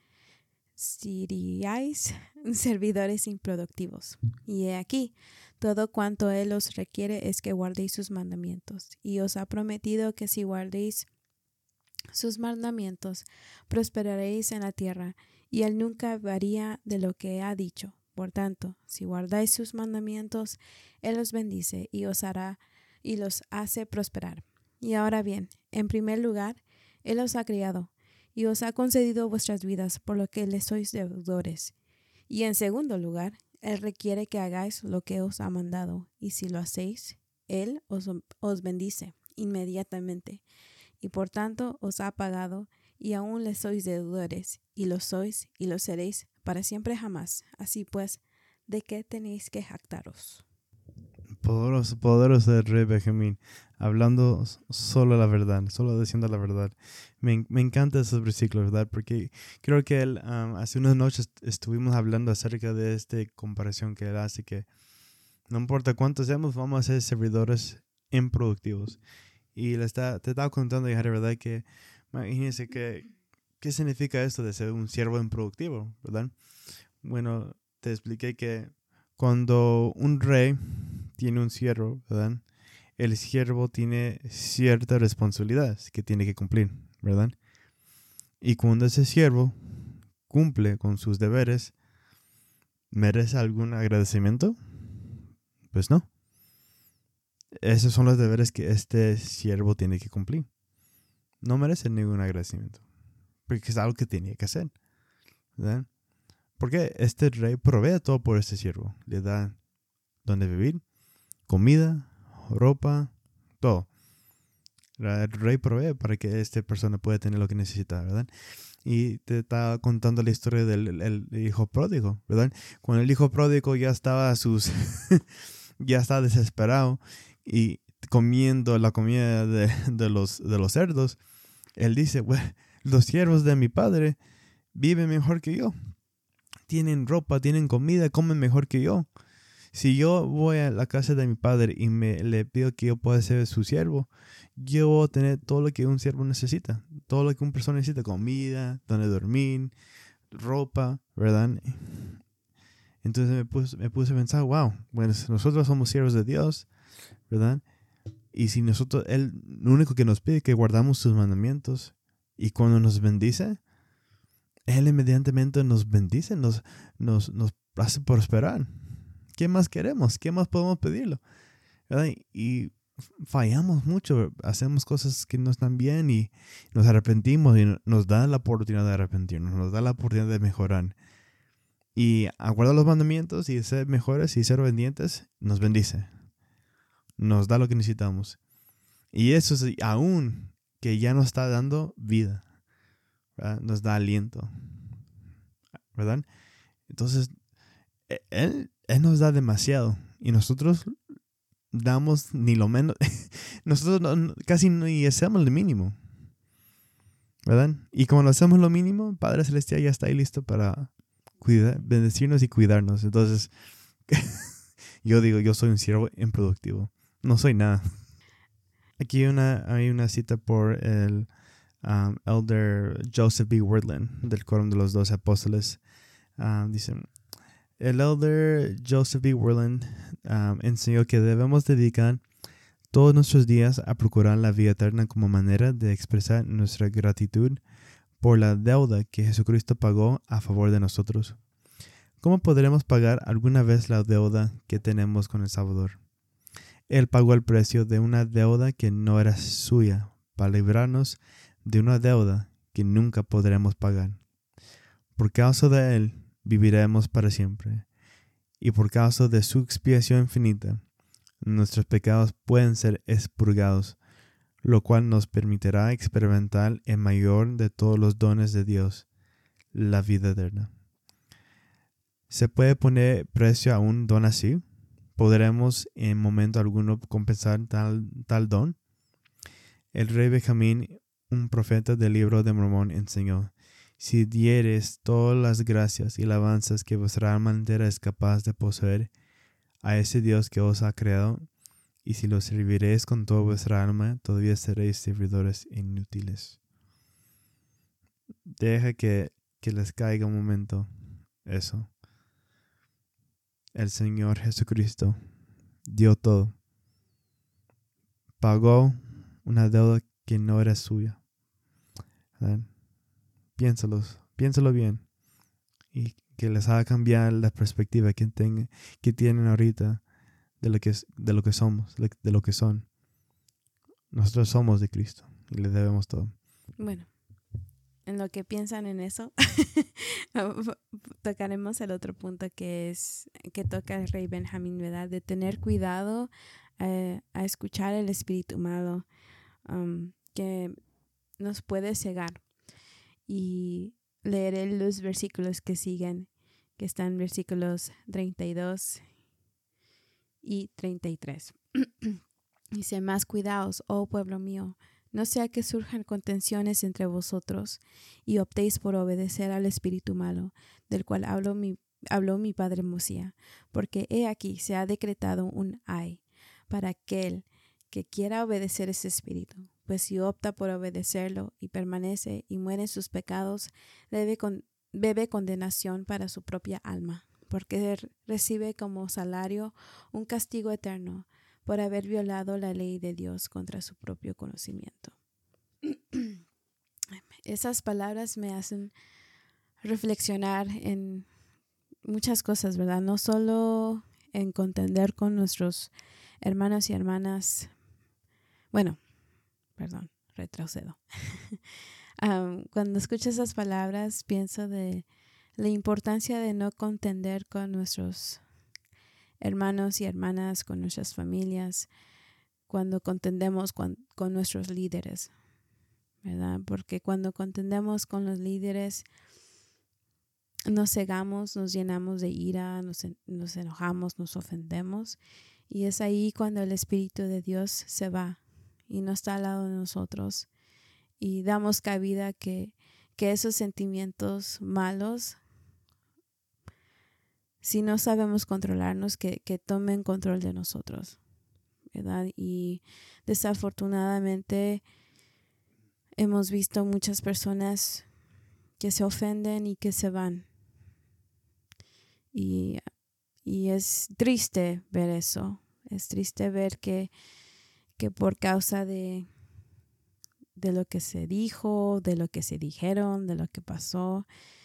servidores improductivos. Y he aquí, todo cuanto él os requiere es que guardéis sus mandamientos. Y os ha prometido que si guardéis sus mandamientos, prosperaréis en la tierra, y él nunca varía de lo que ha dicho. Por tanto, si guardáis sus mandamientos, él os bendice y os hará y los hace prosperar. Y ahora bien, en primer lugar, él os ha criado y os ha concedido vuestras vidas, por lo que le sois deudores. Y en segundo lugar, él requiere que hagáis lo que os ha mandado, y si lo hacéis, él os bendice inmediatamente. Y por tanto os ha pagado, y aún le sois deudores, y lo sois y lo seréis para siempre jamás. Así pues, ¿de qué tenéis que jactaros? Poderoso el rey Benjamín, hablando solo la verdad, solo diciendo la verdad. Me encantan esos versículos, ¿verdad? Porque creo que él, hace unas noches estuvimos hablando acerca de esta comparación que él hace, que no importa cuántos seamos, vamos a ser servidores improductivos. Y te estaba contando, hija, de verdad, que imagínense qué significa esto de ser un siervo improductivo, ¿verdad? Bueno, te expliqué que cuando un rey tiene un siervo, ¿verdad? El siervo tiene ciertas responsabilidades que tiene que cumplir, ¿verdad? Y cuando ese siervo cumple con sus deberes, ¿merece algún agradecimiento? Pues no. Esos son los deberes que este siervo tiene que cumplir. No merece ningún agradecimiento, porque es algo que tenía que hacer, ¿verdad? Porque este rey provee todo por este siervo. Le da donde vivir, comida, ropa, todo. El rey provee para que esta persona pueda tener lo que necesita, ¿verdad? Y te estaba contando la historia del hijo pródigo, ¿verdad? Cuando el hijo pródigo ya estaba ya estaba desesperado y comiendo la comida de los cerdos, él dice, los siervos de mi padre viven mejor que yo. Tienen ropa, tienen comida, comen mejor que yo. Si yo voy a la casa de mi padre y le pido que yo pueda ser su siervo, yo voy a tener todo lo que un siervo necesita. Todo lo que una persona necesita. Comida, donde dormir, ropa, ¿verdad? Entonces me puse a pensar, wow, bueno, nosotros somos siervos de Dios, ¿verdad? Y si Él lo único que nos pide es que guardamos sus mandamientos. Y cuando nos bendice, Él inmediatamente nos bendice, nos hace prosperar. ¿Qué más queremos? ¿Qué más podemos pedirlo? ¿Verdad? Y fallamos mucho, hacemos cosas que no están bien y nos arrepentimos y nos da la oportunidad de arrepentirnos, nos da la oportunidad de mejorar. y aguardar los mandamientos y ser mejores y ser obedientes, nos bendice. Nos da lo que necesitamos. Y eso es aún que ya nos está dando vida, ¿verdad? Nos da aliento, ¿verdad? Entonces, Él nos da demasiado y nosotros damos ni lo menos. Nosotros casi ni hacemos lo mínimo, ¿verdad? Y como lo hacemos lo mínimo, Padre Celestial ya está ahí listo para bendecirnos y cuidarnos. Entonces, yo digo, yo soy un siervo improductivo. No soy nada. Aquí hay una cita por el Elder Joseph B. Wordland del Quórum de los 12 Apóstoles. Dice, el Elder Joseph B. Wordland enseñó que debemos dedicar todos nuestros días a procurar la vida eterna como manera de expresar nuestra gratitud por la deuda que Jesucristo pagó a favor de nosotros. ¿Cómo podremos pagar alguna vez la deuda que tenemos con el Salvador? Él pagó el precio de una deuda que no era suya para librarnos de una deuda que nunca podremos pagar. Por causa de Él viviremos para siempre, y por causa de su expiación infinita, nuestros pecados pueden ser expurgados, lo cual nos permitirá experimentar el mayor de todos los dones de Dios, la vida eterna. ¿Se puede poner precio a un don así? ¿Podremos en momento alguno compensar tal don? El rey Benjamín, un profeta del libro de Mormón, enseñó: si dieres todas las gracias y alabanzas que vuestra alma entera es capaz de poseer a ese Dios que os ha creado, y si lo serviréis con toda vuestra alma, todavía seréis servidores inútiles. Deja que les caiga un momento eso. El Señor Jesucristo dio todo. Pagó una deuda que no era suya. ¿Verdad? Piénsalo bien. Y que les haga cambiar la perspectiva que tienen ahorita de lo que somos, de lo que son. Nosotros somos de Cristo y le debemos todo. Bueno, en lo que piensan en eso, tocaremos el otro punto que toca el rey Benjamín, ¿verdad? De tener cuidado a escuchar el espíritu malo que nos puede cegar. Y leeré los versículos que siguen, que están versículos 32 y 33. Dice: más cuidaos, oh pueblo mío, no sea que surjan contenciones entre vosotros y optéis por obedecer al espíritu malo, del cual habló mi padre Mosía, porque he aquí se ha decretado un ay para aquel que quiera obedecer ese espíritu, pues si opta por obedecerlo y permanece y muere en sus pecados, bebe condenación para su propia alma, porque recibe como salario un castigo eterno por haber violado la ley de Dios contra su propio conocimiento. Esas palabras me hacen reflexionar en muchas cosas, ¿verdad? No solo en contender con nuestros hermanos y hermanas. Bueno, perdón, retrocedo. Cuando escucho esas palabras, pienso de la importancia de no contender con nuestros hermanos y hermanas, con nuestras familias, cuando contendemos con nuestros líderes, ¿verdad? Porque cuando contendemos con los líderes, nos cegamos, nos llenamos de ira, nos enojamos, nos ofendemos, y es ahí cuando el Espíritu de Dios se va y no está al lado de nosotros, y damos cabida que esos sentimientos malos, si no sabemos controlarnos, que tomen control de nosotros, ¿verdad? Y desafortunadamente hemos visto muchas personas que se ofenden y que se van. Y es triste ver eso. Es triste ver que por causa de lo que se dijo, de lo que se dijeron, de lo que pasó,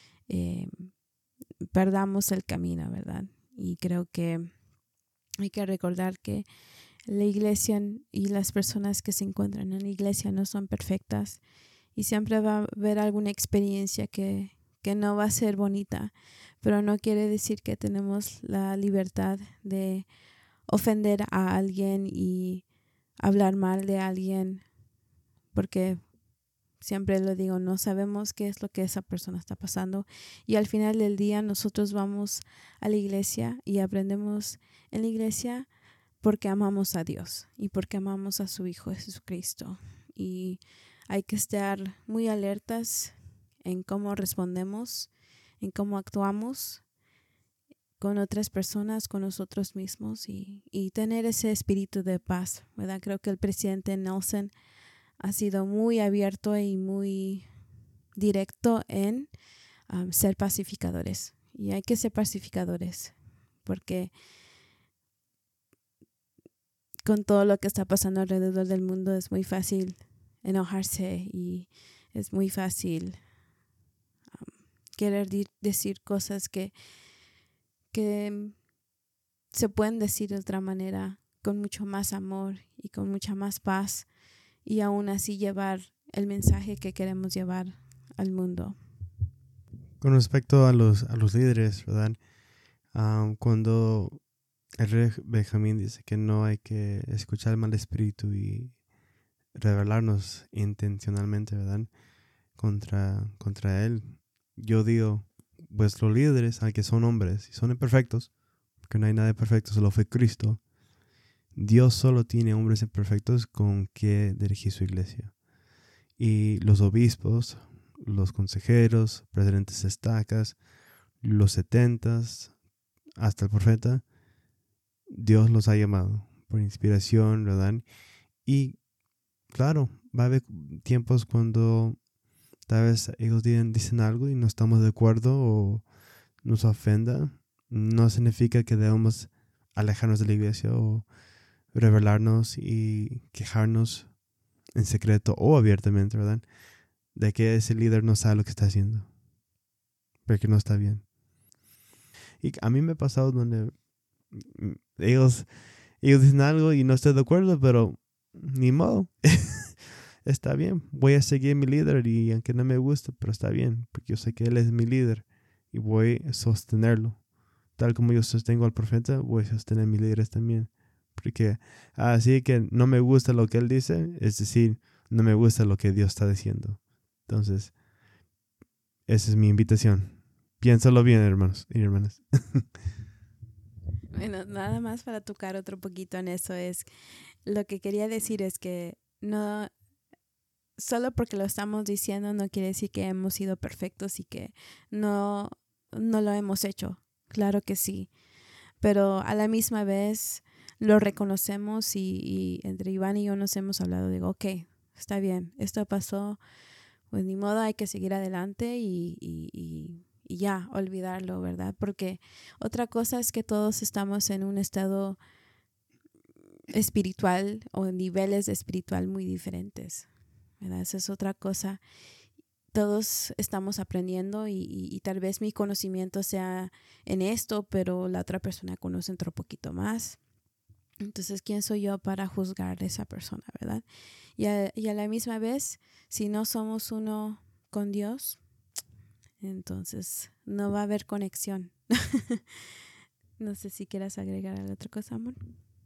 perdamos el camino, ¿verdad? Y creo que hay que recordar que la iglesia y las personas que se encuentran en la iglesia no son perfectas, y siempre va a haber alguna experiencia que que no va a ser bonita, pero no quiere decir que tenemos la libertad de ofender a alguien y hablar mal de alguien, porque siempre lo digo, no sabemos qué es lo que esa persona está pasando, y al final del día nosotros vamos a la iglesia y aprendemos en la iglesia porque amamos a Dios y porque amamos a su Hijo Jesucristo, y hay que estar muy alertas en cómo respondemos, en cómo actuamos con otras personas, con nosotros mismos, y tener ese espíritu de paz, ¿verdad? Creo que el presidente Nelson ha sido muy abierto y muy directo en ser pacificadores. Y hay que ser pacificadores porque con todo lo que está pasando alrededor del mundo es muy fácil enojarse y es muy fácil querer decir cosas que se pueden decir de otra manera, con mucho más amor y con mucha más paz, y aún así llevar el mensaje que queremos llevar al mundo. Con respecto a los líderes, ¿verdad? Cuando el rey Benjamín dice que no hay que escuchar el mal espíritu y rebelarnos intencionalmente, ¿verdad? Contra él. Yo digo, vuestros líderes, aunque son hombres y son imperfectos, porque no hay nada perfecto, solo fue Cristo. Dios solo tiene hombres imperfectos con que dirigir su iglesia. Y los obispos, los consejeros, presidentes de estacas, los 70, hasta el profeta, Dios los ha llamado por inspiración, ¿verdad? Y claro, va a haber tiempos cuando tal vez ellos dicen algo y no estamos de acuerdo o nos ofenda. No significa que debamos alejarnos de la iglesia o rebelarnos y quejarnos en secreto o abiertamente, ¿verdad? De que ese líder no sabe lo que está haciendo, porque no está bien. Y a mí me ha pasado donde ellos dicen algo y no estoy de acuerdo, pero ni modo. Está bien, voy a seguir a mi líder y aunque no me guste, pero está bien, porque yo sé que él es mi líder y voy a sostenerlo. Tal como yo sostengo al profeta, voy a sostener a mis líderes también. Porque así que no me gusta lo que él dice, es decir, no me gusta lo que Dios está diciendo. Entonces, esa es mi invitación. Piénsalo bien, hermanos y hermanas. Bueno, nada más para tocar otro poquito en eso, es lo que quería decir es que no, solo porque lo estamos diciendo no quiere decir que hemos sido perfectos y que no lo hemos hecho. Claro que sí, pero a la misma vez lo reconocemos y entre Iván y yo nos hemos hablado, digo, ok, está bien, esto pasó, pues ni modo, hay que seguir adelante y ya, olvidarlo, ¿verdad? Porque otra cosa es que todos estamos en un estado espiritual o en niveles de espiritual muy diferentes, ¿verdad? Esa es otra cosa. Todos estamos aprendiendo y tal vez mi conocimiento sea en esto, pero la otra persona conoce otro poquito más. Entonces, ¿quién soy yo para juzgar a esa persona, verdad? Y a la misma vez, si no somos uno con Dios, entonces no va a haber conexión. No sé si quieras agregar otra cosa, amor.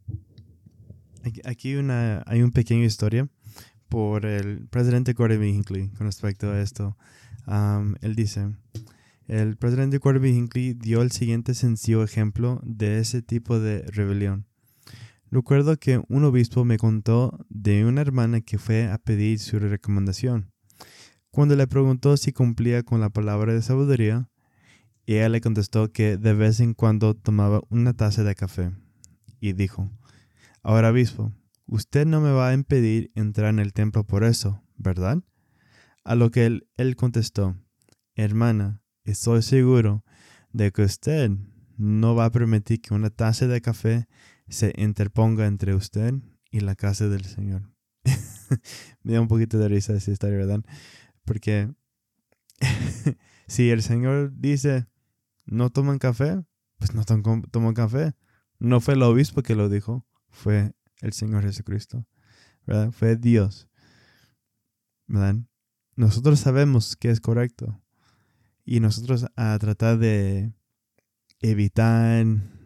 Aquí hay una pequeña historia por el presidente Gordon B. Hinckley con respecto a esto. Él dice, el presidente Gordon B. Hinckley dio el siguiente sencillo ejemplo de ese tipo de rebelión. Recuerdo que un obispo me contó de una hermana que fue a pedir su recomendación. Cuando le preguntó si cumplía con la palabra de sabiduría, ella le contestó que de vez en cuando tomaba una taza de café. Y dijo, ahora obispo, usted no me va a impedir entrar en el templo por eso, ¿verdad? A lo que él contestó, hermana, estoy seguro de que usted no va a permitir que una taza de café se interponga entre usted y la casa del Señor. Me da un poquito de risa esa historia, ¿verdad? Porque si el Señor dice, no toman café, pues no toman café. No fue el obispo que lo dijo, fue el Señor Jesucristo, ¿verdad? Fue Dios, ¿verdad? Nosotros sabemos que es correcto. Y nosotros a tratar de evitar,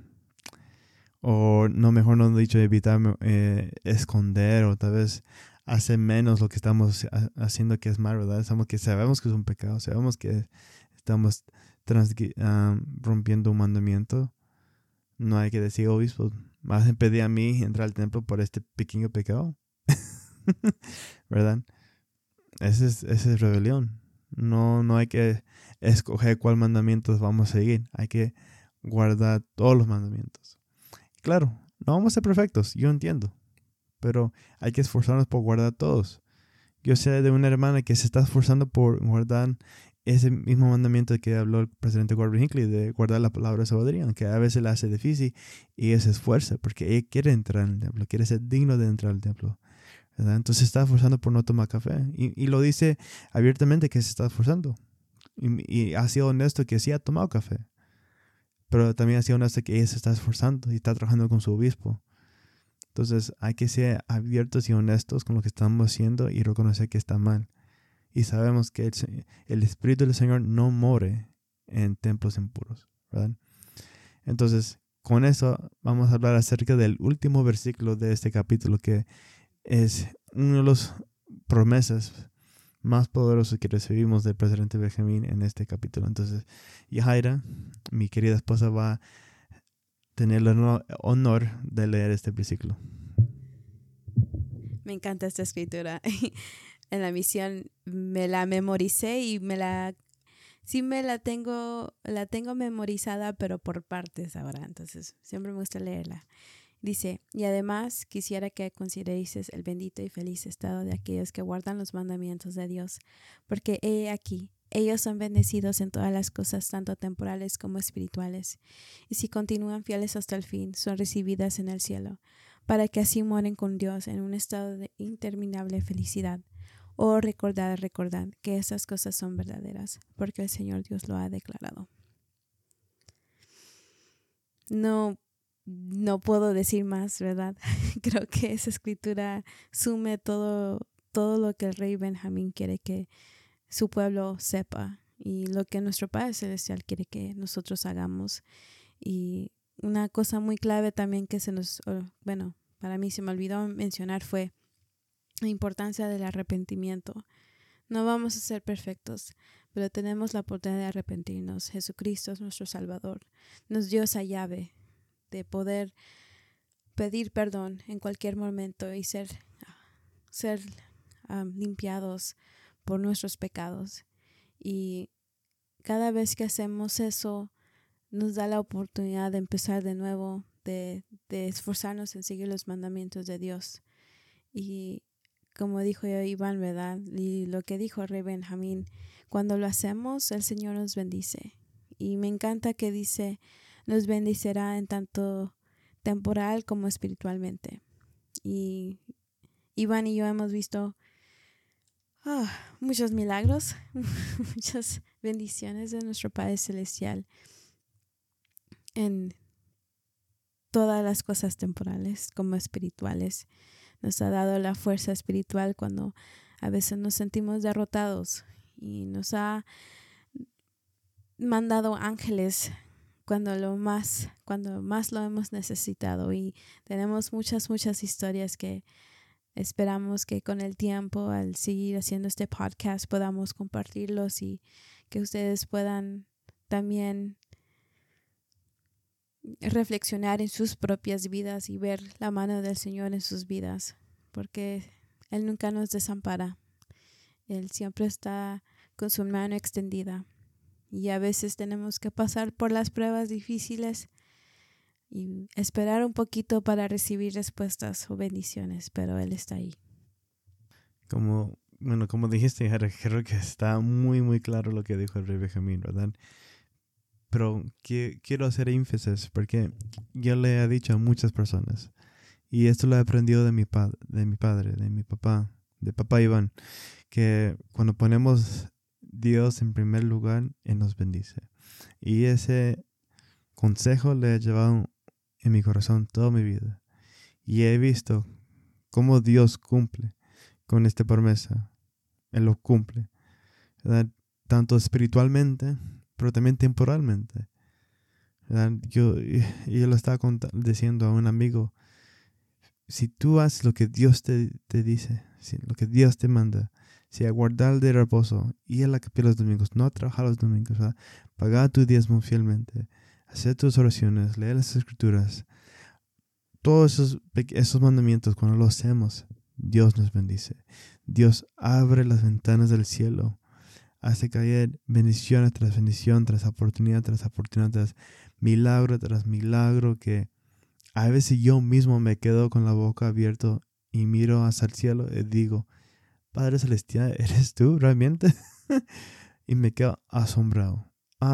o no, mejor no dicho, evitar, esconder o tal vez hacer menos lo que estamos haciendo que es mal, ¿verdad? Sabemos que es un pecado, sabemos que estamos rompiendo un mandamiento. No hay que decir, obispo, vas a impedir a mí entrar al templo por este pequeño pecado. ¿Verdad? Esa es rebelión. No hay que escoger cuál mandamientos vamos a seguir. Hay que guardar todos los mandamientos. Claro, no vamos a ser perfectos, yo entiendo. Pero hay que esforzarnos por guardar todos. Yo sé de una hermana que se está esforzando por guardar ese mismo mandamiento que habló el presidente Gordon Hinckley, de guardar la palabra de sabiduría, aunque a veces le hace difícil, y ella se esfuerza porque ella quiere entrar al templo, quiere ser digno de entrar al templo, ¿verdad? Entonces se está esforzando por no tomar café, y lo dice abiertamente que se está esforzando, y ha sido honesto que sí ha tomado café, pero también ha sido honesto que ella se está esforzando y está trabajando con su obispo. Entonces hay que ser abiertos y honestos con lo que estamos haciendo y reconocer que está mal. Y sabemos que el Espíritu del Señor no more en templos impuros, ¿verdad? Entonces, con eso vamos a hablar acerca del último versículo de este capítulo, que es una de las promesas más poderosos que recibimos del presidente Benjamín en este capítulo. Entonces, Yahaira, mi querida esposa, va a tener el honor de leer este versículo. Me encanta esta escritura. En la misión me la memoricé y sí la tengo memorizada, pero por partes ahora. Entonces, siempre me gusta leerla. Dice, y además quisiera que consideréis el bendito y feliz estado de aquellos que guardan los mandamientos de Dios, porque he aquí, ellos son bendecidos en todas las cosas, tanto temporales como espirituales, y si continúan fieles hasta el fin, son recibidas en el cielo, para que así mueren con Dios en un estado de interminable felicidad. Oh, recordad que esas cosas son verdaderas, porque el Señor Dios lo ha declarado. No puedo decir más, ¿verdad? Creo que esa escritura sume todo lo que el rey Benjamín quiere que su pueblo sepa y lo que nuestro Padre Celestial quiere que nosotros hagamos. Y una cosa muy clave también que para mí se me olvidó mencionar fue la importancia del arrepentimiento. No vamos a ser perfectos, pero tenemos la oportunidad de arrepentirnos. Jesucristo es nuestro Salvador. Nos dio esa llave de poder pedir perdón en cualquier momento y ser limpiados por nuestros pecados. Y cada vez que hacemos eso, nos da la oportunidad de empezar de nuevo, de esforzarnos en seguir los mandamientos de Dios. Y como dijo Iván, ¿verdad? Y lo que dijo el rey Benjamín, cuando lo hacemos, el Señor nos bendice. Y me encanta que dice, nos bendicerá en tanto temporal como espiritualmente. Y Iván y yo hemos visto muchos milagros, muchas bendiciones de nuestro Padre Celestial en todas las cosas temporales como espirituales. Nos ha dado la fuerza espiritual cuando a veces nos sentimos derrotados, y nos ha mandado ángeles cuando más lo hemos necesitado, y tenemos muchas historias que esperamos que con el tiempo, al seguir haciendo este podcast, podamos compartirlos y que ustedes puedan también reflexionar en sus propias vidas y ver la mano del Señor en sus vidas, porque Él nunca nos desampara. Él siempre está con su mano extendida, y a veces tenemos que pasar por las pruebas difíciles y esperar un poquito para recibir respuestas o bendiciones, pero Él está ahí. Como dijiste, creo que está muy, muy claro lo que dijo el rey Benjamín, ¿verdad? Pero quiero hacer énfasis porque yo le he dicho a muchas personas, y esto lo he aprendido de mi padre, de mi papá, de papá Iván, que cuando ponemos Dios en primer lugar, Él nos bendice. Y ese consejo le he llevado en mi corazón toda mi vida. Y he visto cómo Dios cumple con esta promesa. Él lo cumple, ¿verdad? tanto espiritualmente, pero también temporalmente. ¿Verdad? Yo lo estaba diciendo a un amigo, si tú haces lo que Dios te dice, lo que Dios te manda, si a guardar el día de reposo, ir a la capilla los domingos, no a trabajar los domingos, ¿verdad? Pagar tu diezmo fielmente, hacer tus oraciones, leer las escrituras, todos esos mandamientos, cuando los hacemos, Dios nos bendice. Dios abre las ventanas del cielo, hace caer bendición tras bendición, tras oportunidad, tras milagro, que a veces yo mismo me quedo con la boca abierta y miro hacia el cielo y digo, Padre Celestial, ¿eres tú realmente? Y me quedo asombrado.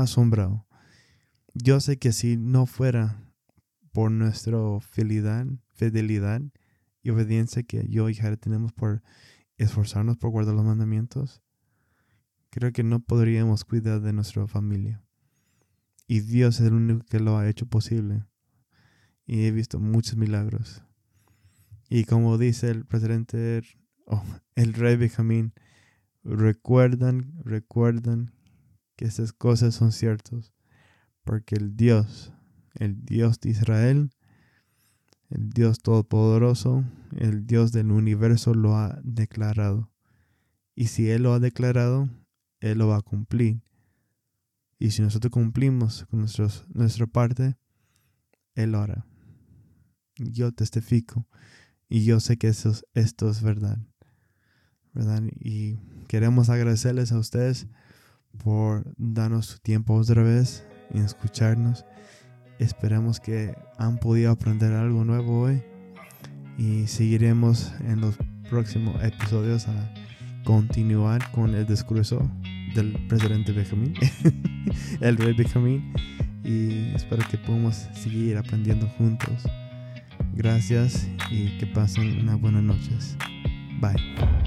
Yo sé que si no fuera por nuestra fidelidad y obediencia que yo y Jared tenemos por esforzarnos por guardar los mandamientos, creo que no podríamos cuidar de nuestra familia. Y Dios es el único que lo ha hecho posible. Y he visto muchos milagros. Y como dice el presidente, el rey Benjamín, recuerdan que estas cosas son ciertas. Porque el Dios de Israel, el Dios Todopoderoso, el Dios del universo lo ha declarado. Y si Él lo ha declarado, Él lo va a cumplir. Y si nosotros cumplimos con nuestra parte, Él lo hará. Yo testifico. Y yo sé que esto es verdad. Y queremos agradecerles a ustedes por darnos su tiempo otra vez y escucharnos. Esperemos que han podido aprender algo nuevo hoy. Y seguiremos en los próximos episodios a continuar con el discurso del presidente Benjamín, el rey Benjamín. Y espero que podamos seguir aprendiendo juntos. Gracias y que pasen unas buenas noches. Bye.